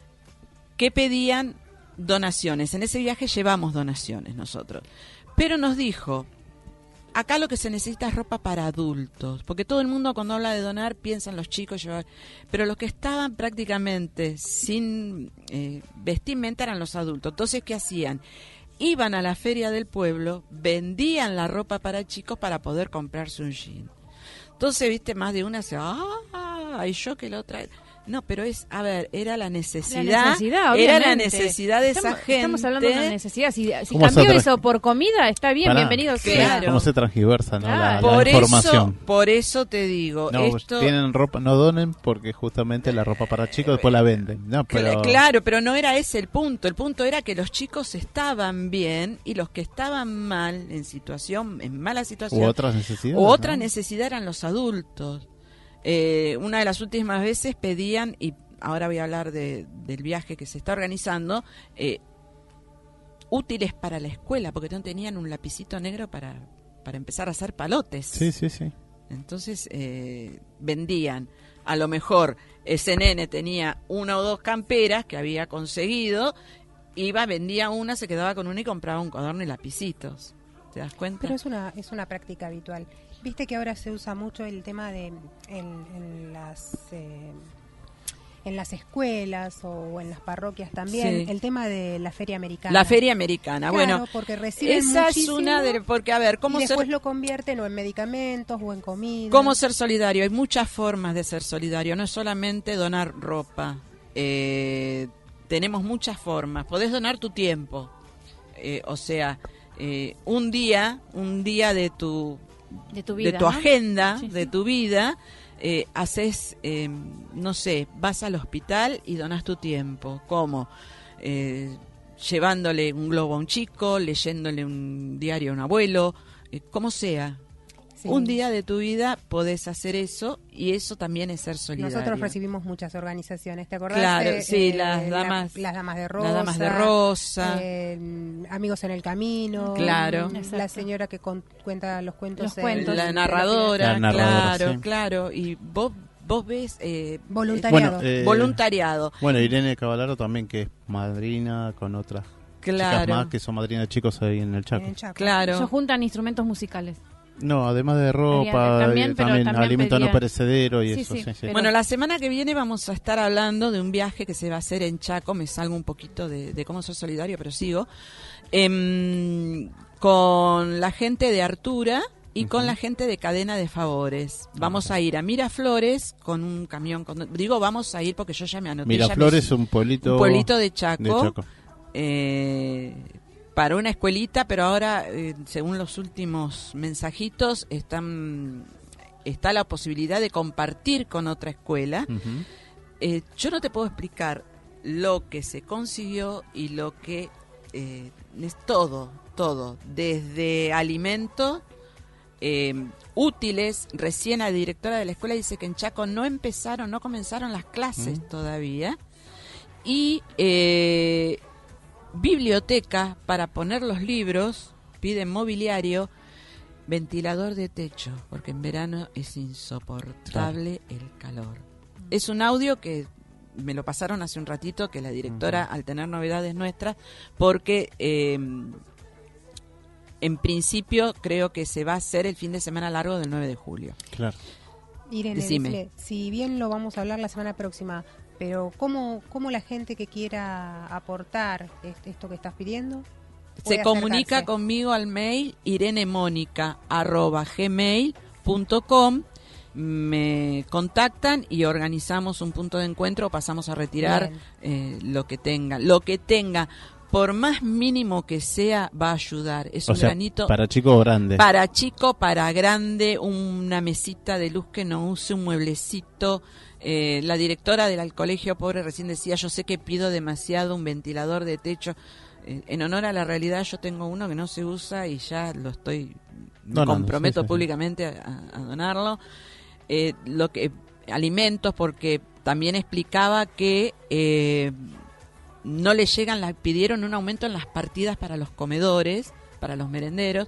que pedían donaciones. En ese viaje llevamos donaciones nosotros. Pero nos dijo, acá lo que se necesita es ropa para adultos, porque todo el mundo cuando habla de donar piensa en los chicos, llevar, pero los que estaban prácticamente sin eh, vestimenta eran los adultos. Entonces, ¿qué hacían? Iban a la feria del pueblo, vendían la ropa para chicos para poder comprarse un jean. Entonces, viste, más de una se, ah, y yo que lo trae. No, pero es, a ver, era la necesidad, la necesidad era la necesidad de estamos, esa gente. Estamos hablando de una necesidad. Si, si ¿Cómo cambió se eso por comida, está bien, Pará, bienvenido sea. Claro. ¿Cómo se transgiversa, no? Claro. la, la Por información? eso, por eso te digo, No, esto... tienen ropa, no donen porque justamente la ropa para chicos después la venden. No, pero... Claro, pero no era ese el punto. El punto era que los chicos estaban bien y los que estaban mal, en situación, en mala situación, U otras necesidades. o otra ¿no? necesidad eran los adultos. Eh, una de las últimas veces pedían, y ahora voy a hablar de, del viaje que se está organizando, eh, útiles para la escuela, porque no tenían un lapicito negro para, para empezar a hacer palotes. Sí, sí, sí. Entonces eh, vendían, a lo mejor ese nene tenía una o dos camperas que había conseguido, iba, vendía una, se quedaba con una y compraba un cuaderno y lapicitos. ¿Te das cuenta? Pero es una es una práctica habitual. Viste que ahora se usa mucho el tema de en, en las eh, en las escuelas o en las parroquias también, Sí. el tema de la feria americana. La feria americana, Claro, bueno, porque reciben esa muchísimo es una de, porque a ver, ¿cómo y después ser, lo convierten o en medicamentos o en comida. cómo ser solidario? Hay muchas formas de ser solidario, no es solamente donar ropa, eh, tenemos muchas formas, podés donar tu tiempo, eh, o sea, eh, un día, un día de tu De tu vida, de tu ¿no? agenda, Sí, de sí. tu vida, eh, haces, eh, no sé, vas al hospital y donas tu tiempo. ¿Cómo? Eh, llevándole un globo a un chico, leyéndole un diario a un abuelo, eh, como sea. Sí. Un día de tu vida podés hacer eso y eso también es ser solidario. Nosotros recibimos muchas organizaciones, ¿te acordás? Claro, Eh, sí, eh, las la- damas- las damas de rosa, las damas de rosa. eh, amigos en el camino, Claro. la Exacto. señora que con- cuenta los cuentos, Los en- cuentos. La de narradora, La narradora, claro, sí. claro. Y vos, vos ves... Eh, Voluntariado. Bueno, eh, voluntariado. Bueno, Irene Cavalaro también, que es madrina con otras chicas Claro. más que son madrinas de chicos ahí en el Chaco. en el Chaco. Claro. Ellos juntan instrumentos musicales. No, además de ropa, También, eh, pero también, también alimento no pedían- perecedero y Sí, eso. sí, Sí, sí. pero- Bueno, la semana que viene vamos a estar hablando de un viaje que se va a hacer en Chaco. Me salgo un poquito de, de cómo ser solidario, pero sigo. Em, con la gente de Artura y con la gente de Cadena de Favores. Vamos a ir a Miraflores con un camión. Con, digo, vamos a ir porque yo ya me anoté. ya me- Miraflores es un pueblito, un pueblito de Chaco. de Chaco. eh, para una escuelita, pero ahora, eh, según los últimos mensajitos, están está la posibilidad de compartir con otra escuela. Ujú. Eh, yo no te puedo explicar lo que se consiguió y lo que eh, es todo, todo, desde alimentos eh, útiles. Recién la directora de la escuela dice que en Chaco no empezaron, no comenzaron las clases Mm. todavía. Y eh, biblioteca para poner los libros, piden mobiliario, ventilador de techo, porque en verano es insoportable claro. el calor. Es un audio que me lo pasaron hace un ratito, que la directora, uh-huh. al tener novedades nuestras, porque eh, en principio creo que se va a hacer el fin de semana largo del nueve de julio. Claro. Irene, decile, si bien lo vamos a hablar la semana próxima, pero ¿cómo, cómo la gente que quiera aportar esto que estás pidiendo? Se comunica acercarse conmigo al mail irenemónica arroba gmail punto com, me contactan y organizamos un punto de encuentro o pasamos a retirar eh, lo que tenga. Lo que tenga, por más mínimo que sea, va a ayudar. Es o un sea, granito. Para chico o grande. Para chico, para grande, una mesita de luz que no use, un mueblecito. Eh, la directora del colegio pobre recién decía, yo sé que pido demasiado un ventilador de techo. Eh, en honor a la realidad, yo tengo uno que no se usa y ya lo estoy, me no, comprometo no, sí, sí, públicamente a, a donarlo. Eh, lo que alimentos, porque también explicaba que eh, no le llegan, la, pidieron un aumento en las partidas para los comedores, para los merenderos,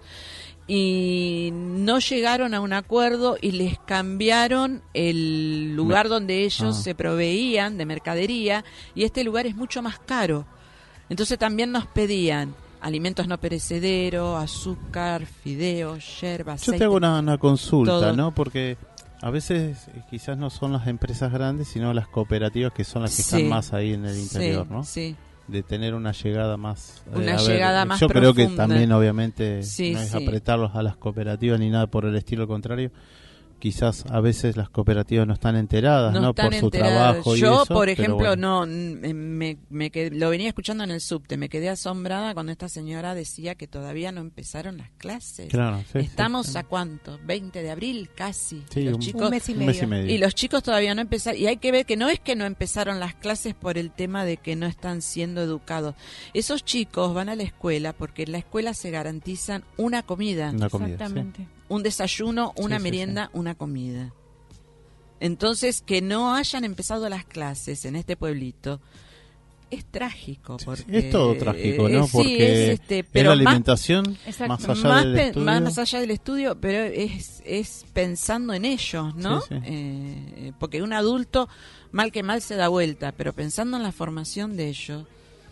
y no llegaron a un acuerdo y les cambiaron el lugar donde ellos ah. se proveían de mercadería, y este lugar es mucho más caro. Entonces también nos pedían alimentos no perecederos, azúcar, fideos, yerba, aceite. Yo te hago una, una consulta, todo. ¿no? Porque a veces eh, quizás no son las empresas grandes, sino las cooperativas que son las que sí. están más ahí en el interior, sí, ¿no? Sí. De tener una llegada más... Una eh, llegada ver, más yo profunda. creo que también, obviamente, sí, no es sí. apretarlos a las cooperativas ni nada por el estilo contrario. Quizás a veces las cooperativas no están enteradas, ¿no? no están por su enteradas. trabajo y Yo, eso, por ejemplo, bueno. no me, me quedé, lo venía escuchando en el subte, me quedé asombrada cuando esta señora decía que todavía no empezaron las clases. Claro, sí, Estamos sí, sí. a cuánto, veinte de abril casi. Sí, los un, chicos, un, mes y un mes y medio. Y los chicos todavía no empezaron. Y hay que ver que no es que no empezaron las clases por el tema de que no están siendo educados. Esos chicos van a la escuela porque en la escuela se garantizan una comida. Una comida, Exactamente. sí. Un desayuno, una Sí, merienda, sí, sí. una comida. Entonces, que no hayan empezado las clases en este pueblito es trágico. Porque, es todo trágico, ¿no? Eh, porque sí, es, este, pero es la más, alimentación más allá más, del pe- estudio. más allá del estudio, pero es, es pensando en ellos, ¿no? Sí, sí. Eh, porque un adulto, mal que mal, se da vuelta, pero pensando en la formación de ellos,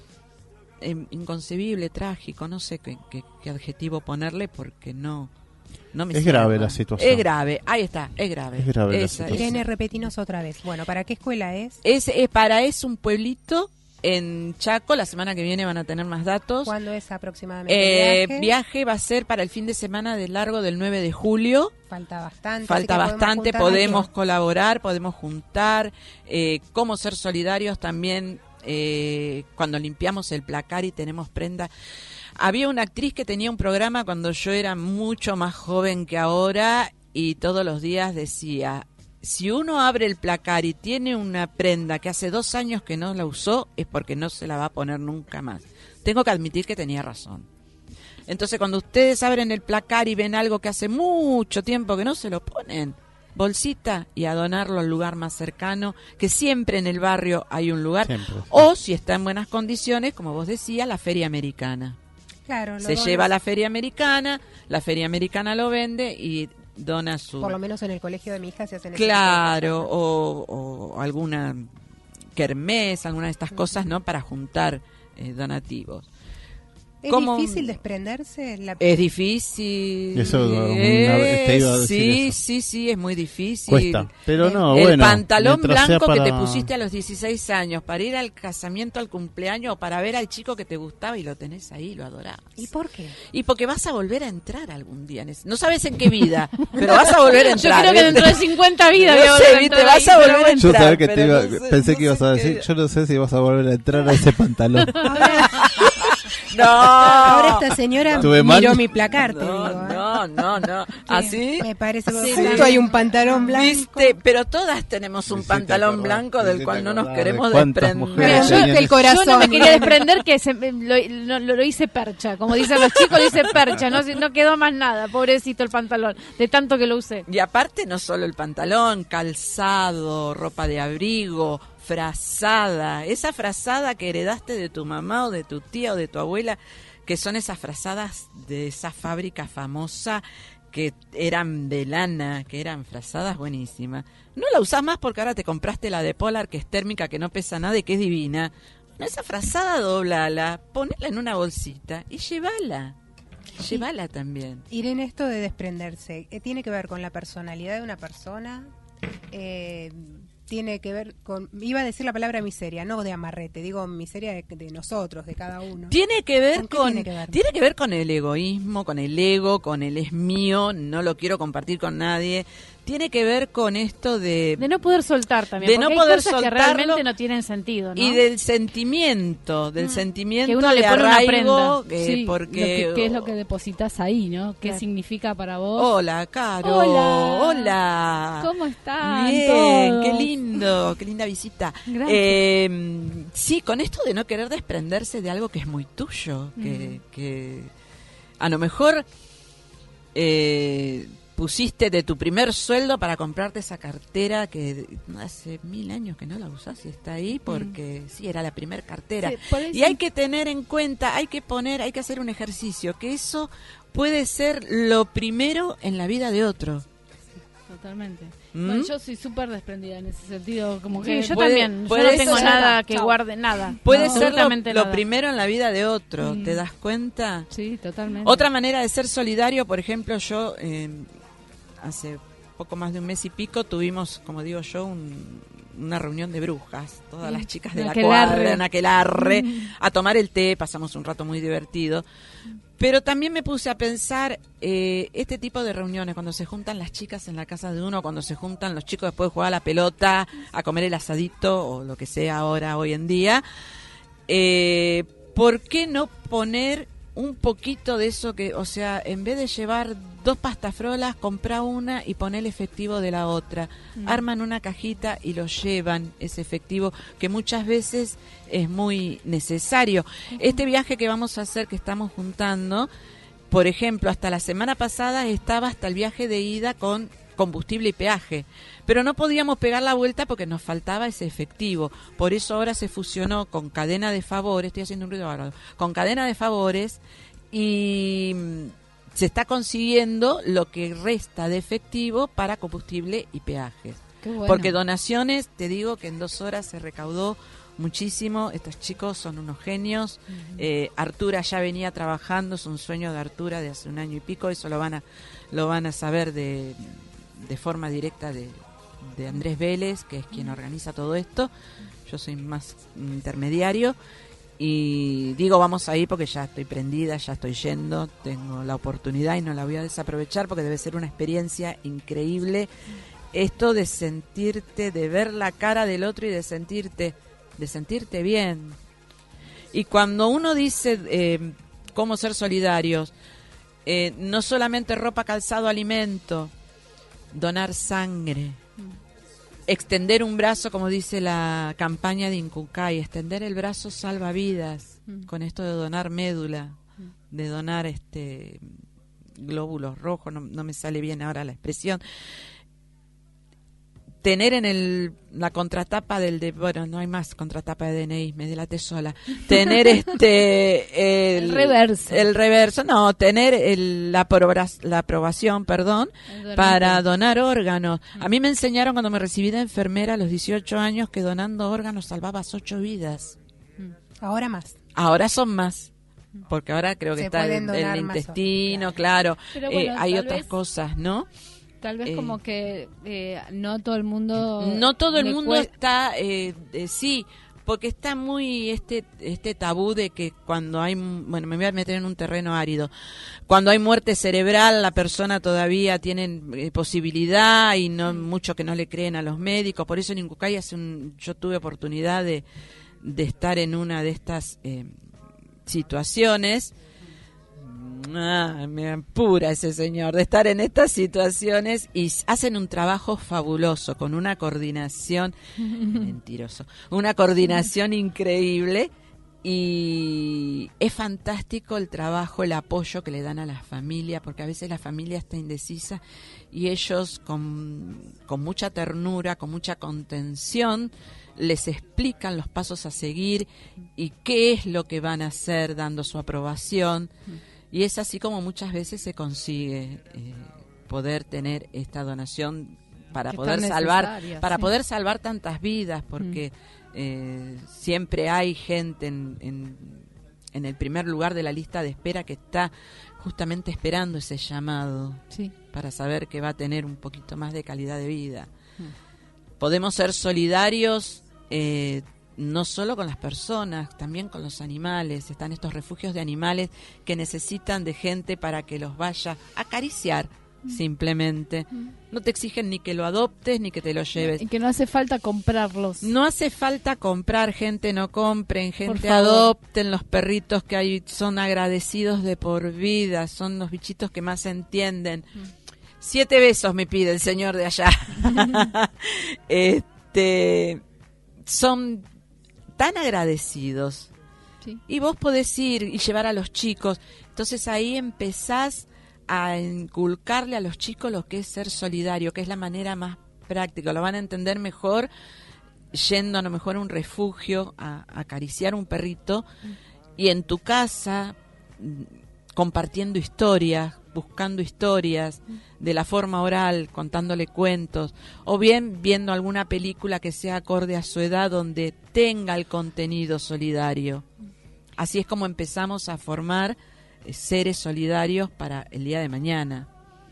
eh, inconcebible, trágico, no sé qué, qué, qué adjetivo ponerle porque no... No me es cierra. grave la situación. Es grave, ahí está, es grave. Es grave la Esa, situación. Irene, repetinos otra vez. Bueno, ¿para qué escuela es? Es, es para es un pueblito en Chaco. La semana que viene van a tener más datos. ¿Cuándo es aproximadamente Eh, el viaje? viaje va a ser para el fin de semana de largo del nueve de julio. Falta bastante. Falta así que bastante, podemos, podemos juntar colaborar, podemos juntar. Eh, cómo ser solidarios también eh, cuando limpiamos el placar y tenemos prenda. Había una actriz que tenía un programa cuando yo era mucho más joven que ahora y todos los días decía, si uno abre el placar y tiene una prenda que hace dos años que no la usó, es porque no se la va a poner nunca más. Tengo que admitir que tenía razón. Entonces, cuando ustedes abren el placar y ven algo que hace mucho tiempo que no se lo ponen, bolsita y a donarlo al lugar más cercano, que siempre en el barrio hay un lugar. Siempre, sí. O, si está en buenas condiciones, como vos decías, la Feria Americana. Claro, Se donas, lleva a la Feria Americana, la Feria Americana lo vende y dona su... Por lo menos en el colegio de mi hija se hacen esas Claro, cosas. o, o alguna kermés, alguna de estas cosas, ¿no? Para juntar eh, donativos. ¿Es ¿Cómo? difícil desprenderse? La... Es difícil. Eso, una vez te iba a decir sí, eso. sí, sí, es muy difícil. Cuesta, pero no, el bueno. pantalón mientras sea blanco que te para- pusiste a los dieciséis años para ir al casamiento, al cumpleaños o para ver al chico que te gustaba y lo tenés ahí, lo adorabas. ¿Y por qué? Y porque vas a volver a entrar algún día. en ese- No sabes en qué vida, pero vas a volver a Yo entrar. creo que ¿viste? dentro de cincuenta vidas No voy a sé, volver a ¿viste? entrar Vas ahí, a pero volver a bueno. Yo sabía que te pero iba, no sé- pensé no que ibas sé a qué- decir, yo no sé si vas a volver a entrar a ese pantalón. No. Ahora esta señora ¿Estuve mal? miró mi placar, te No, digo. ¿eh? no, no, no. Sí, ¿Así? Me parece que Sí. justo hay un pantalón blanco. ¿Viste? Pero todas tenemos un Me hiciste pantalón acordar, blanco me del hiciste cual no nos acordar de queremos cuántas desprender. Mira, mujeres yo tenían el ese- corazón. Yo no me quería desprender que se, lo, lo, lo hice percha, como dicen los chicos, lo hice percha, no, no quedó más nada, pobrecito el pantalón, de tanto que lo usé. Y aparte no solo el pantalón, calzado, ropa de abrigo, frazada, esa frazada que heredaste de tu mamá o de tu tía o de tu abuela, que son esas frazadas de esa fábrica famosa que eran de lana, que eran frazadas buenísimas. No la usás más porque ahora te compraste la de Polar, que es térmica, que no pesa nada y que es divina. No, esa frazada doblala, ponela en una bolsita y llévala. Llévala también. Irene, esto de desprenderse, eh, ¿tiene que ver con la personalidad de una persona? Eh, tiene que ver con, iba a decir la palabra miseria, no de amarrete, digo miseria de, de nosotros, de cada uno. Tiene que ver ¿Con qué con, tiene que ver? tiene que ver con el egoísmo, con el ego, con el es mío, no lo quiero compartir con nadie. Tiene que ver con esto de... De no poder soltar también. De porque no hay poder cosas que soltarlo realmente no tienen sentido, ¿no? Y del sentimiento, del Mm. sentimiento Que uno le de pone una arraigo, prenda. eh, Sí, porque... lo que- ¿qué es lo que depositas ahí, no? ¿Qué Claro. significa para vos? Hola, Caro. Hola. Hola. ¿Cómo están Bien, todos? qué lindo, qué linda visita. Gracias. Eh, sí, con esto de no querer desprenderse de algo que es muy tuyo, que, que a lo mejor eh, pusiste de tu primer sueldo para comprarte esa cartera que hace mil años que no la usás y está ahí porque sí, era la primer cartera. Sí, por ahí Y sí. hay que tener en cuenta, hay que poner, hay que hacer un ejercicio, que eso puede ser lo primero en la vida de otro. Totalmente. ¿Mm? Bueno, yo soy súper desprendida en ese sentido, como Sí, que yo puede- también. Yo puede no tengo ser- nada que Chao. guarde, nada. Puede No, ser lo, absolutamente lo nada. primero en la vida de otro, Mm. ¿te das cuenta? Sí, totalmente. Otra manera de ser solidario, por ejemplo, yo eh, hace poco más de un mes y pico tuvimos, como digo yo, un- una reunión de brujas, todas Mm. las chicas de Un la aquelarre. cuadra, en aquelarre, Mm. a tomar el té, pasamos un rato muy divertido. Pero también me puse a pensar eh, este tipo de reuniones, cuando se juntan las chicas en la casa de uno, cuando se juntan los chicos después de jugar a la pelota, a comer el asadito o lo que sea ahora, hoy en día, eh, ¿por qué no poner un poquito de eso que, o sea, en vez de llevar dos pastafrolas, compra una y pon el efectivo de la otra? Mm. Arman una cajita y lo llevan, ese efectivo, que muchas veces es muy necesario. Este viaje que vamos a hacer, que estamos juntando, por ejemplo, hasta la semana pasada estaba hasta el viaje de ida con combustible y peaje, pero no podíamos pegar la vuelta porque nos faltaba ese efectivo. Por eso ahora se fusionó con Cadena de Favores, estoy haciendo un ruido bárbaro, con Cadena de Favores, y mm, se está consiguiendo lo que resta de efectivo para combustible y peajes. Qué bueno. Porque donaciones, te digo que en dos horas se recaudó muchísimo. Estos chicos son unos genios. eh, Artura ya venía trabajando, es un sueño de Artura de hace un año y pico. Eso lo van a lo van a saber de, de forma directa de, de Andrés Vélez, que es quien organiza todo esto. Yo soy más intermediario. Y digo, vamos ahí porque ya estoy prendida, ya estoy yendo, tengo la oportunidad y no la voy a desaprovechar porque debe ser una experiencia increíble. Esto de sentirte, de ver la cara del otro y de sentirte, de sentirte bien. Y cuando uno dice eh, cómo ser solidarios, eh, no solamente ropa, calzado, alimento, donar sangre, extender un brazo, como dice la campaña de Incucay, extender el brazo salva vidas, Mm. con esto de donar médula, de donar este glóbulos rojos, no, no me sale bien ahora la expresión. Tener en el la contratapa del de bueno, no hay más contratapa de D N I, me delaté sola. Tener este el, El reverso. el reverso, no, tener el, la, aprobra- la aprobación, perdón, El donante. para donar órganos. A mí me enseñaron cuando me recibí de enfermera a los dieciocho años que donando órganos salvabas ocho vidas. Ahora más. Ahora son más. Porque ahora creo que Se está el, pueden donar el más, intestino, claro. Pero Eh, bueno, hay tal otras vez- cosas, ¿no? Tal vez Eh, como que eh, no todo el mundo... No todo el le mundo cue- está, eh, eh, sí, porque está muy este este tabú de que cuando hay, bueno, me voy a meter en un terreno árido, cuando hay muerte cerebral la persona todavía tiene eh, posibilidad y no mucho que no le creen a los médicos. Por eso en Incucay hace un, yo tuve oportunidad de, de estar en una de estas eh, situaciones. Ah, me apura ese señor de estar en estas situaciones y s- hacen un trabajo fabuloso con una coordinación mentiroso, una coordinación increíble y es fantástico el trabajo, el apoyo que le dan a la familia, porque a veces la familia está indecisa y ellos con, con mucha ternura, con mucha contención les explican los pasos a seguir y qué es lo que van a hacer dando su aprobación. Y es así como muchas veces se consigue eh, poder tener esta donación para Que poder tan salvar, necesaria, para sí. poder salvar tantas vidas, porque mm. eh, siempre hay gente en, en, en el primer lugar de la lista de espera que está justamente esperando ese llamado Sí. para saber que va a tener un poquito más de calidad de vida. Mm. Podemos ser solidarios eh, no solo con las personas, también con los animales. Están estos refugios de animales que necesitan de gente para que los vaya a acariciar, mm. simplemente. Mm. No te exigen ni que lo adoptes ni que te lo lleves. Y que no hace falta comprarlos. No hace falta comprar, gente, no compren, gente, adopten los perritos que hay, son agradecidos de por vida, son los bichitos que más entienden. Mm. Siete besos me pide el señor de allá. este, son tan agradecidos. Sí. Y vos podés ir y llevar a los chicos. Entonces ahí empezás a inculcarle a los chicos lo que es ser solidario, que es la manera más práctica. Lo van a entender mejor yendo a lo mejor a un refugio a, a acariciar un perrito mm. y en tu casa compartiendo historias, buscando historias de la forma oral, contándole cuentos, o bien viendo alguna película que sea acorde a su edad, donde tenga el contenido solidario. Así es como empezamos a formar eh, seres solidarios para el día de mañana.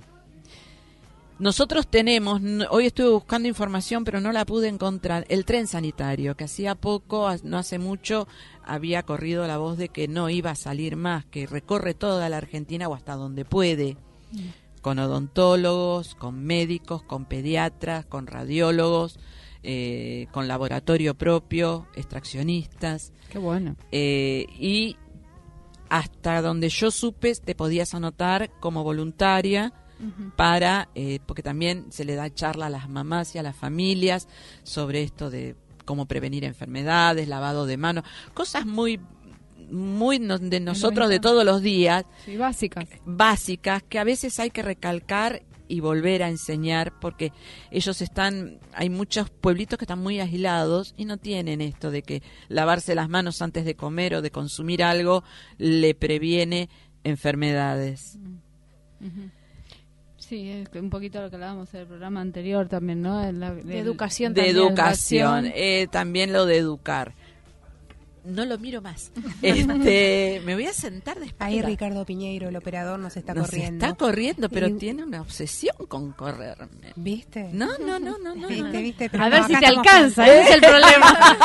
Nosotros tenemos, hoy estuve buscando información pero no la pude encontrar, el tren sanitario, que hacía poco, no hace mucho, había corrido la voz de que no iba a salir más, que recorre toda la Argentina o hasta donde puede, mm. con odontólogos, con médicos, con pediatras, con radiólogos, eh, con laboratorio propio, extraccionistas. Qué bueno. Eh, y hasta donde yo supe te podías anotar como voluntaria, Uh-huh. para, eh, porque también se le da charla a las mamás y a las familias sobre esto de cómo prevenir enfermedades, lavado de manos, cosas muy muy no, de nosotros de todos los días, sí, básicas básicas que a veces hay que recalcar y volver a enseñar, porque ellos están, hay muchos pueblitos que están muy aislados y no tienen esto de que lavarse las manos antes de comer o de consumir algo le previene enfermedades. Uh-huh. Sí, es un poquito lo que hablábamos en el programa anterior también, ¿no? En la, de educación de también. educación, eh, también lo de educar. No lo miro más. este, me voy a sentar después. Ahí Ricardo Piñeiro, el operador, nos está nos corriendo. Está corriendo, pero y... tiene una obsesión con correrme. ¿Viste? No, no, no, no, no. ¿Viste, no. viste? Pero a no, ver si te estamos... alcanza, ese es el problema.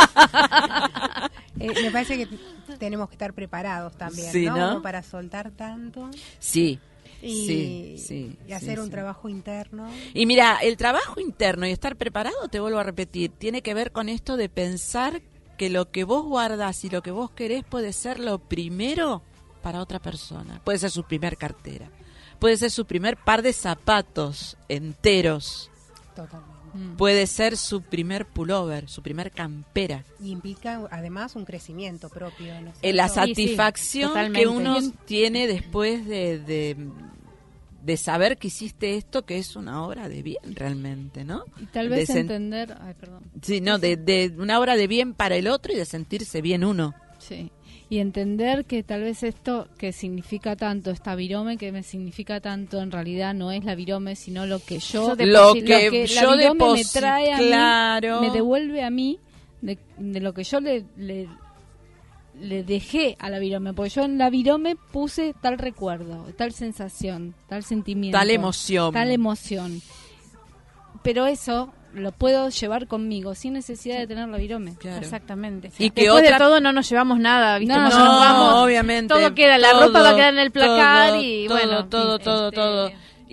eh, me parece que tenemos que estar preparados también, sí, ¿no? ¿no? Como para soltar tanto. Sí. Y, sí, sí, y hacer sí, un sí. trabajo interno. Y mira, el trabajo interno y estar preparado, te vuelvo a repetir, tiene que ver con esto de pensar que lo que vos guardás y lo que vos querés puede ser lo primero para otra persona. Puede ser su primer cartera, puede ser su primer par de zapatos enteros. Totalmente. Puede ser su primer pullover, su primer campera. Y implica además un crecimiento propio, ¿no? Eh, la satisfacción sí, sí, que uno tiene después de, de, de saber que hiciste esto, que es una obra de bien realmente, ¿no? Y tal vez de entender... Ay, perdón. Sí, no, de, de una obra de bien para el otro y de sentirse bien uno. Sí. Y entender que tal vez esto que significa tanto, esta virome que me significa tanto, en realidad no es la virome, sino lo que yo, yo lo, que lo que yo la virome me trae a claro. mí, me devuelve a mí de, de lo que yo le, le le dejé a la virome, porque yo en la virome puse tal recuerdo, tal sensación, tal sentimiento, tal emoción, tal emoción. Pero eso lo puedo llevar conmigo sin necesidad de tener la virome. Claro. Exactamente. Y que después otra... de todo no nos llevamos nada, ¿viste? No, no, no, vamos, obviamente. Todo queda, la todo, ropa va a quedar en el placar todo, y todo, bueno. Todo, este... todo, todo.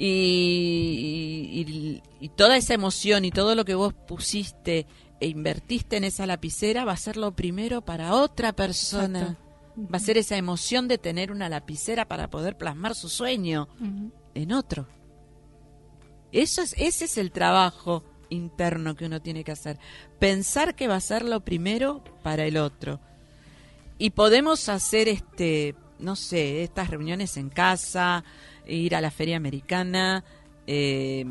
Y, y, y, y toda esa emoción y todo lo que vos pusiste e invertiste en esa lapicera va a ser lo primero para otra persona. Exacto. Va a ser esa emoción de tener una lapicera para poder plasmar su sueño uh-huh. en otro. Eso es, ese es el trabajo interno que uno tiene que hacer. Pensar que va a ser lo primero para el otro. Y podemos hacer, este, no sé, estas reuniones en casa, ir a la feria americana. Eh,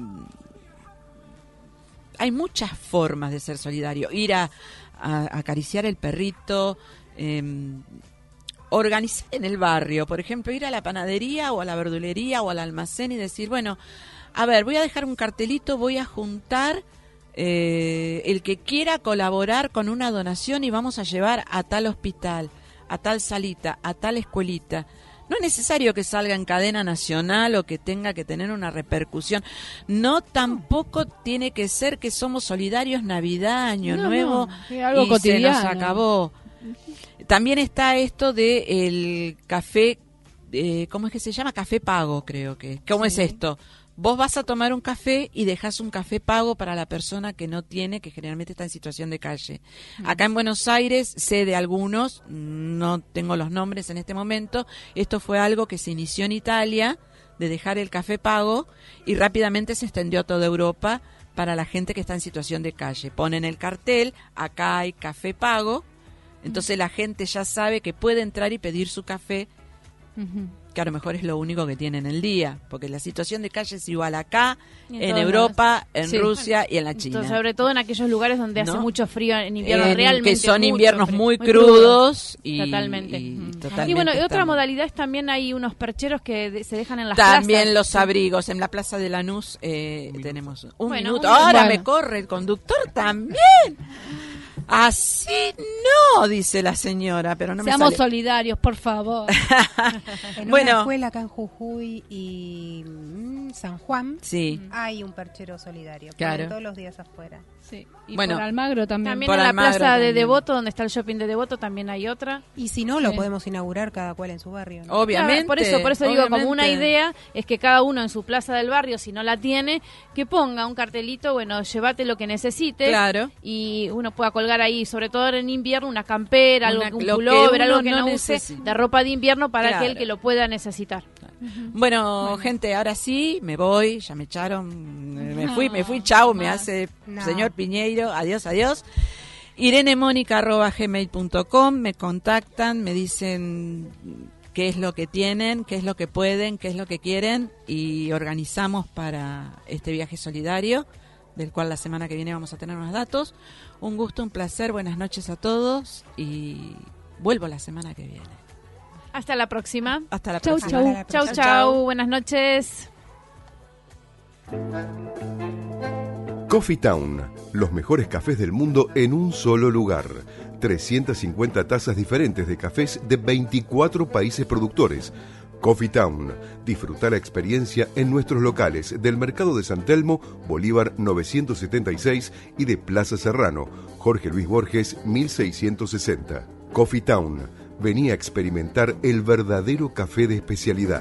hay muchas formas de ser solidario. Ir a, a, a acariciar el perrito. Eh, organizar en el barrio, por ejemplo, ir a la panadería o a la verdulería o al almacén y decir, bueno, a ver, voy a dejar un cartelito, voy a juntar eh, el que quiera colaborar con una donación y vamos a llevar a tal hospital, a tal salita, a tal escuelita. No es necesario que salga en cadena nacional o que tenga que tener una repercusión. No, tampoco tiene que ser que somos solidarios Navidad, Año No, Nuevo no, es algo y cotidiano. se nos acabó. También está esto de el café, eh, ¿cómo es que se llama? Café pago, creo que. ¿Cómo Sí. es esto? Vos vas a tomar un café y dejás un café pago para la persona que no tiene, que generalmente está en situación de calle. Acá en Buenos Aires sé de algunos, no tengo los nombres en este momento, esto fue algo que se inició en Italia, de dejar el café pago, y rápidamente se extendió a toda Europa para la gente que está en situación de calle. Ponen el cartel, acá hay café pago, entonces la gente ya sabe que puede entrar y pedir su café, Ujú. que a lo mejor es lo único que tienen el día, porque la situación de calle es igual acá, Y en en todos Europa, en Sí. Rusia y en la China. Entonces, sobre todo en aquellos lugares donde hace ¿No? mucho frío en invierno, En- realmente que son mucho inviernos frío, muy, crudos. crudos y, Totalmente. y Mm. totalmente Y bueno, y otra estamos. modalidad es también hay unos percheros que de- se dejan en las También plazas. los abrigos en la Plaza de Lanús eh, tenemos un Bueno, minuto. un minuto. Ahora Bueno. me corre el conductor también. Así no, dice la señora, pero no Seamos me sale. solidarios, por favor. En Bueno. una escuela acá en Jujuy y mm, San Juan Sí. hay un perchero solidario. Claro. Ponen todos los días afuera. Sí. Y Bueno. por Almagro también. También Por en la Almagro plaza de también. Devoto, donde está el shopping de Devoto, también hay otra. Y si no, lo Sí. podemos inaugurar cada cual en su barrio, ¿no? Obviamente. Claro, por eso, por eso digo, como una obviamente. idea es que cada uno en su plaza del barrio, si no la tiene, que ponga un cartelito, bueno, llévate lo que necesites. Claro. Y uno pueda colgar ahí, sobre todo en invierno, una campera, algo, Una- un lo que pullover, uno algo que no no, use, necesita. de ropa de invierno para Claro. aquel que lo pueda necesitar. Bueno, gente, ahora sí, me voy, ya me echaron, me No, fui, me fui, chau, me más. hace No. señor Piñeiro, adiós, adiós. irenemónica arroba gmail punto com, me contactan, me dicen qué es lo que tienen, qué es lo que pueden, qué es lo que quieren y organizamos para este viaje solidario, del cual la semana que viene vamos a tener más datos. Un gusto, un placer, buenas noches a todos y vuelvo la semana que viene. Hasta la próxima. Hasta la Chau, próxima. chau. Hasta la Chau, próxima. chau. Buenas noches. Coffee Town, los mejores cafés del mundo en un solo lugar. trescientas cincuenta tazas diferentes de cafés de veinticuatro países productores. Coffee Town, disfruta la experiencia en nuestros locales del Mercado de San Telmo, Bolívar novecientos setenta y seis y de Plaza Serrano, Jorge Luis Borges mil seiscientos sesenta. Coffee Town, vení a experimentar el verdadero café de especialidad.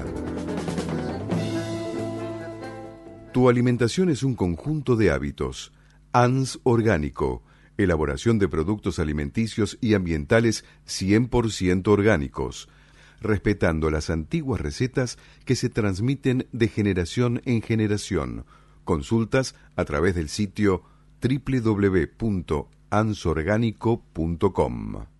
Tu alimentación es un conjunto de hábitos. A N S Orgánico, elaboración de productos alimenticios y ambientales cien por ciento orgánicos, respetando las antiguas recetas que se transmiten de generación en generación. Consultas a través del sitio doble u doble u doble u punto ansorgánico punto com.